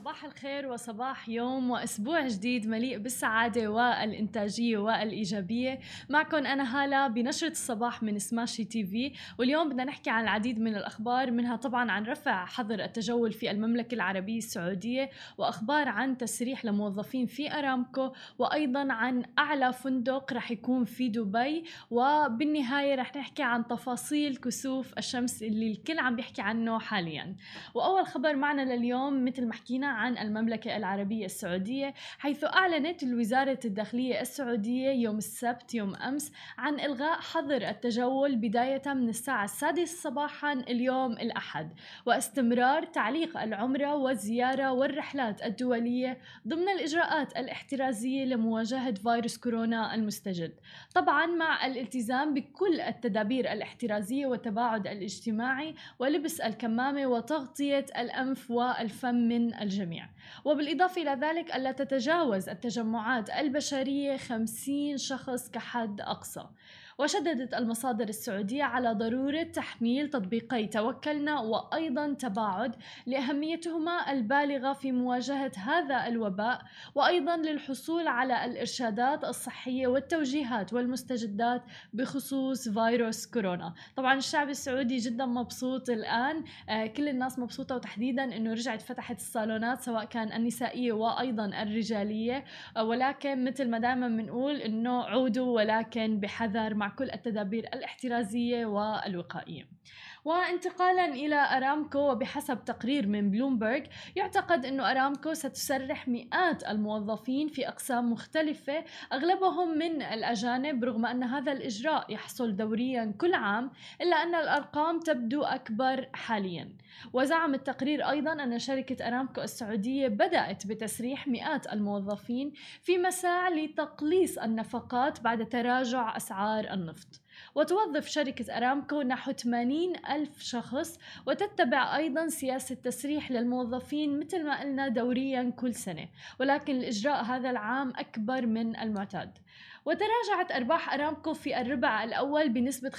صباح الخير وصباح يوم وأسبوع جديد مليء بالسعادة والإنتاجية والإيجابية. معكم أنا هالة بنشرة الصباح من سماشي تي في، واليوم بدنا نحكي عن العديد من الأخبار، منها طبعا عن رفع حظر التجول في المملكة العربية السعودية، وأخبار عن تسريح لموظفين في أرامكو، وأيضا عن أعلى فندق رح يكون في دبي، وبالنهاية رح نحكي عن تفاصيل كسوف الشمس اللي الكل عم بيحكي عنه حاليا. وأول خبر معنا لليوم مثل ما حكينا عن المملكة العربية السعودية، حيث أعلنت وزارة الداخلية السعودية يوم السبت يوم أمس عن إلغاء حظر التجول بداية من الساعة 6 صباحا اليوم الأحد، واستمرار تعليق العمرة والزيارة والرحلات الدولية ضمن الإجراءات الاحترازية لمواجهة فيروس كورونا المستجد، طبعا مع الالتزام بكل التدابير الاحترازية والتباعد الاجتماعي ولبس الكمامة وتغطية الأنف والفم من الجميع. وبالإضافة إلى ذلك ألا تتجاوز التجمعات البشرية 50 شخص كحد أقصى. وشددت المصادر السعودية على ضرورة تحميل تطبيقي توكلنا وأيضا تباعد لأهميتهما البالغة في مواجهة هذا الوباء، وأيضا للحصول على الإرشادات الصحية والتوجيهات والمستجدات بخصوص فيروس كورونا. طبعا الشعب السعودي جدا مبسوط الآن، كل الناس مبسوطة، وتحديدا أنه رجعت فتحت الصالونات سواء كان النسائية وأيضا الرجالية، ولكن مثل ما دائما بنقول أنه عودوا ولكن بحذر مع كل التدابير الاحترازية والوقائية. وانتقالا إلى أرامكو، وبحسب تقرير من بلومبرج يعتقد أن أرامكو ستسرح مئات الموظفين في أقسام مختلفة أغلبهم من الأجانب، رغم أن هذا الإجراء يحصل دوريا كل عام، إلا أن الأرقام تبدو أكبر حاليا. وزعم التقرير أيضا أن شركة أرامكو السعودية بدأت بتسريح مئات الموظفين في مساع لتقليص النفقات بعد تراجع أسعار النفط. وتوظف شركة أرامكو نحو 80 ألف شخص، وتتبع أيضا سياسة تسريح للموظفين مثل ما قلنا دوريا كل سنة، ولكن الإجراء هذا العام أكبر من المعتاد. وتراجعت أرباح أرامكو في الربع الأول بنسبة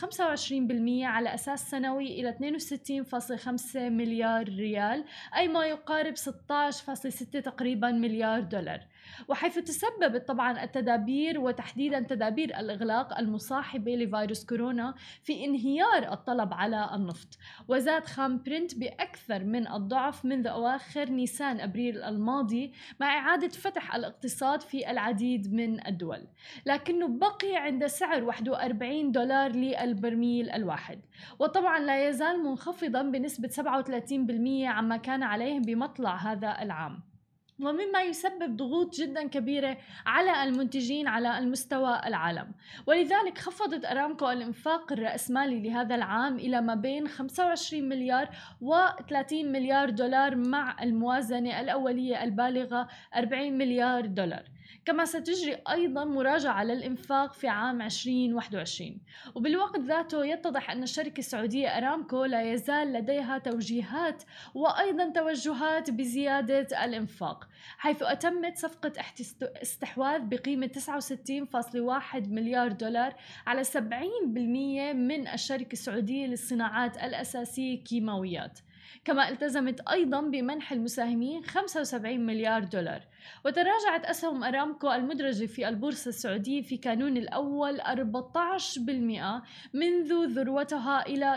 25% على أساس سنوي إلى 62.5 مليار ريال، أي ما يقارب 16.6 تقريبا مليار دولار. وحيث تسببت طبعا التدابير وتحديدا تدابير الإغلاق المصاحبة لفيروس كورونا في انهيار الطلب على النفط، وزاد خام برنت بأكثر من الضعف منذ أواخر نيسان أبريل الماضي مع إعادة فتح الاقتصاد في العديد من الدول، لكنه بقي عند سعر 41 دولار للبرميل الواحد، وطبعا لا يزال منخفضا بنسبة 37% عما كان عليه بمطلع هذا العام، ومما يسبب ضغوط جدا كبيرة على المنتجين على المستوى العالم. ولذلك خفضت أرامكو الإنفاق الرأسمالي لهذا العام إلى ما بين 25 مليار و30 مليار دولار مع الموازنة الأولية البالغة 40 مليار دولار. كما ستجري أيضا مراجعة للإنفاق في عام 2021. وبالوقت ذاته يتضح أن الشركة السعودية أرامكو لا يزال لديها توجيهات وأيضا توجهات بزيادة الإنفاق، حيث أتمت صفقة استحواذ بقيمة 69.1 مليار دولار على 70% من الشركة السعودية للصناعات الأساسية كيماويات. كما التزمت أيضا بمنح المساهمين 75 مليار دولار. وتراجعت أسهم أرامكو المدرجة في البورصة السعودية في كانون الأول 14% منذ ذروتها إلى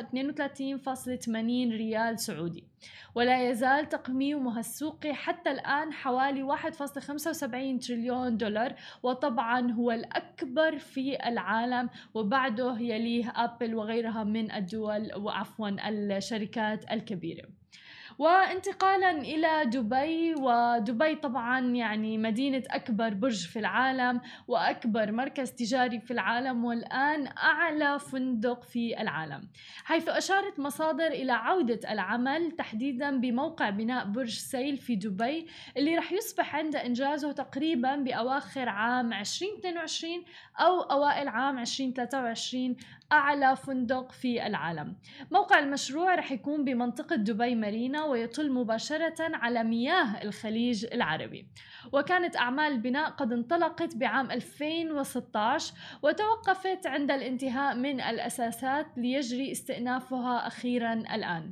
32.80 ريال سعودي، ولا يزال تقييمها السوقي حتى الآن حوالي 1.75 تريليون دولار، وطبعا هو الأكبر في العالم، وبعده يليه أبل وغيرها من الدول الشركات الكبيرة. وانتقالا إلى دبي، ودبي طبعا يعني مدينة أكبر برج في العالم وأكبر مركز تجاري في العالم، والآن أعلى فندق في العالم، حيث أشارت مصادر إلى عودة العمل تحديدا بموقع بناء برج سيل في دبي، اللي رح يصبح عند إنجازه تقريبا بأواخر عام 2022 أو أوائل عام 2023 أعلى فندق في العالم. موقع المشروع رح يكون بمنطقة دبي مارينا، ويطل مباشرة على مياه الخليج العربي. وكانت أعمال البناء قد انطلقت بعام 2016 وتوقفت عند الانتهاء من الأساسات ليجري استئنافها أخيرا الآن.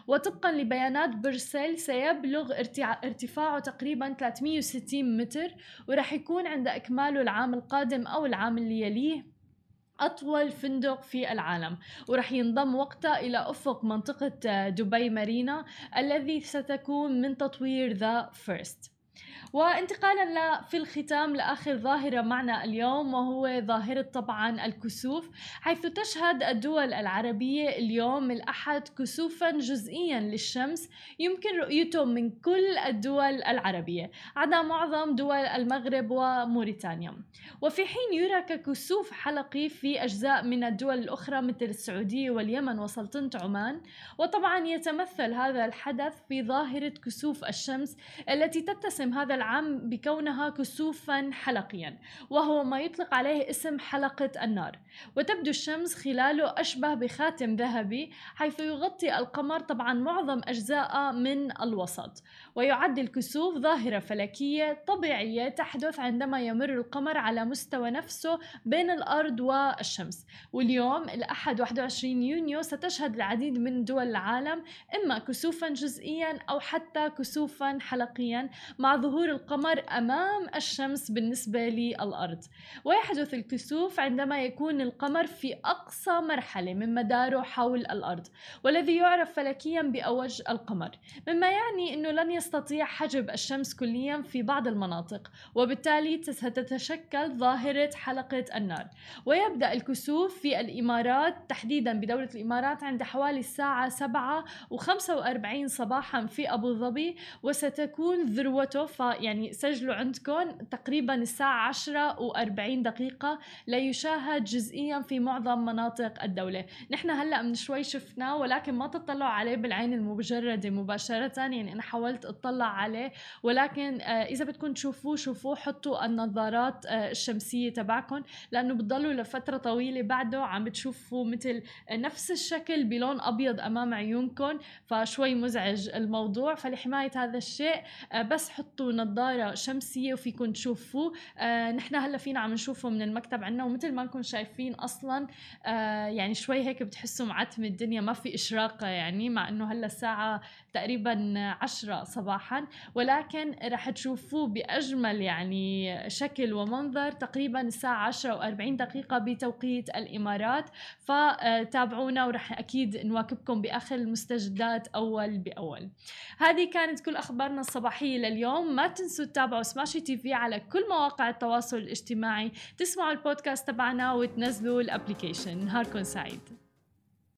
وطبقا لبيانات برسل سيبلغ ارتفاعه تقريبا 360 متر، ورح يكون عند إكماله العام القادم أو العام اللي يليه أطول فندق في العالم، ورح ينضم وقتها إلى أفق منطقة دبي مارينا الذي ستكون من تطوير ذا فيرست. وانتقالا في الختام لآخر ظاهرة معنا اليوم، وهو ظاهرة طبعا الكسوف، حيث تشهد الدول العربية اليوم الأحد كسوفا جزئيا للشمس يمكن رؤيته من كل الدول العربية عدا معظم دول المغرب وموريتانيا، وفي حين يرى ككسوف حلقي في أجزاء من الدول الأخرى مثل السعودية واليمن وسلطنة عمان. وطبعا يتمثل هذا الحدث في ظاهرة كسوف الشمس التي تتسم هذا العام بكونها كسوفا حلقيا، وهو ما يطلق عليه اسم حلقة النار، وتبدو الشمس خلاله أشبه بخاتم ذهبي حيث يغطي القمر طبعا معظم أجزاء من الوسط. ويعد الكسوف ظاهرة فلكية طبيعية تحدث عندما يمر القمر على مستوى نفسه بين الأرض والشمس. واليوم الأحد 21 يونيو ستشهد العديد من دول العالم إما كسوفا جزئيا أو حتى كسوفا حلقيا مع ظهور القمر أمام الشمس بالنسبة للأرض. ويحدث الكسوف عندما يكون القمر في أقصى مرحلة من مداره حول الأرض، والذي يعرف فلكيا بأوج القمر، مما يعني أنه لن يستطيع حجب الشمس كليا في بعض المناطق، وبالتالي ستتشكل ظاهرة حلقة النار. ويبدأ الكسوف في الإمارات تحديدا بدولة الإمارات عند حوالي الساعة 7:45 صباحا في أبو ظبي، وستكون ذروته يعني سجلوا عندكم تقريبا الساعة 10:40 لا يشاهد جزئيا في معظم مناطق الدولة. نحن هلأ من شوي شفناه ولكن ما تطلعوا عليه بالعين المجردة مباشرة، يعني أنا حاولت أطلع عليه ولكن إذا بدكم شوفوه حطوا النظارات الشمسية تبعكم، لأنه بتضلوا لفترة طويلة بعده عم بتشوفوا مثل نفس الشكل بلون أبيض أمام عيونكم، فشوي مزعج الموضوع. فلحماية هذا الشيء بس حطوا نظارة شمسية وفيكم تشوفوه. نحن هلا فينا عم نشوفه من المكتب عنا، ومثل ما نكون شايفين أصلا يعني شوي هيك بتحسوا معتمة الدنيا، ما في إشراقة يعني، مع أنه هلا الساعة تقريبا 10 صباحا، ولكن رح تشوفوه بأجمل يعني شكل ومنظر تقريبا الساعة 10:40 بتوقيت الإمارات. فتابعونا ورح أكيد نواكبكم بآخر المستجدات أول بأول. هذه كانت كل أخبارنا الصباحية لليوم. ما تنسوا تتابعوا سماشي تي في على كل مواقع التواصل الاجتماعي، تسمعوا البودكاست تبعنا وتنزلوا الابليكيشن. نهاركم سعيد.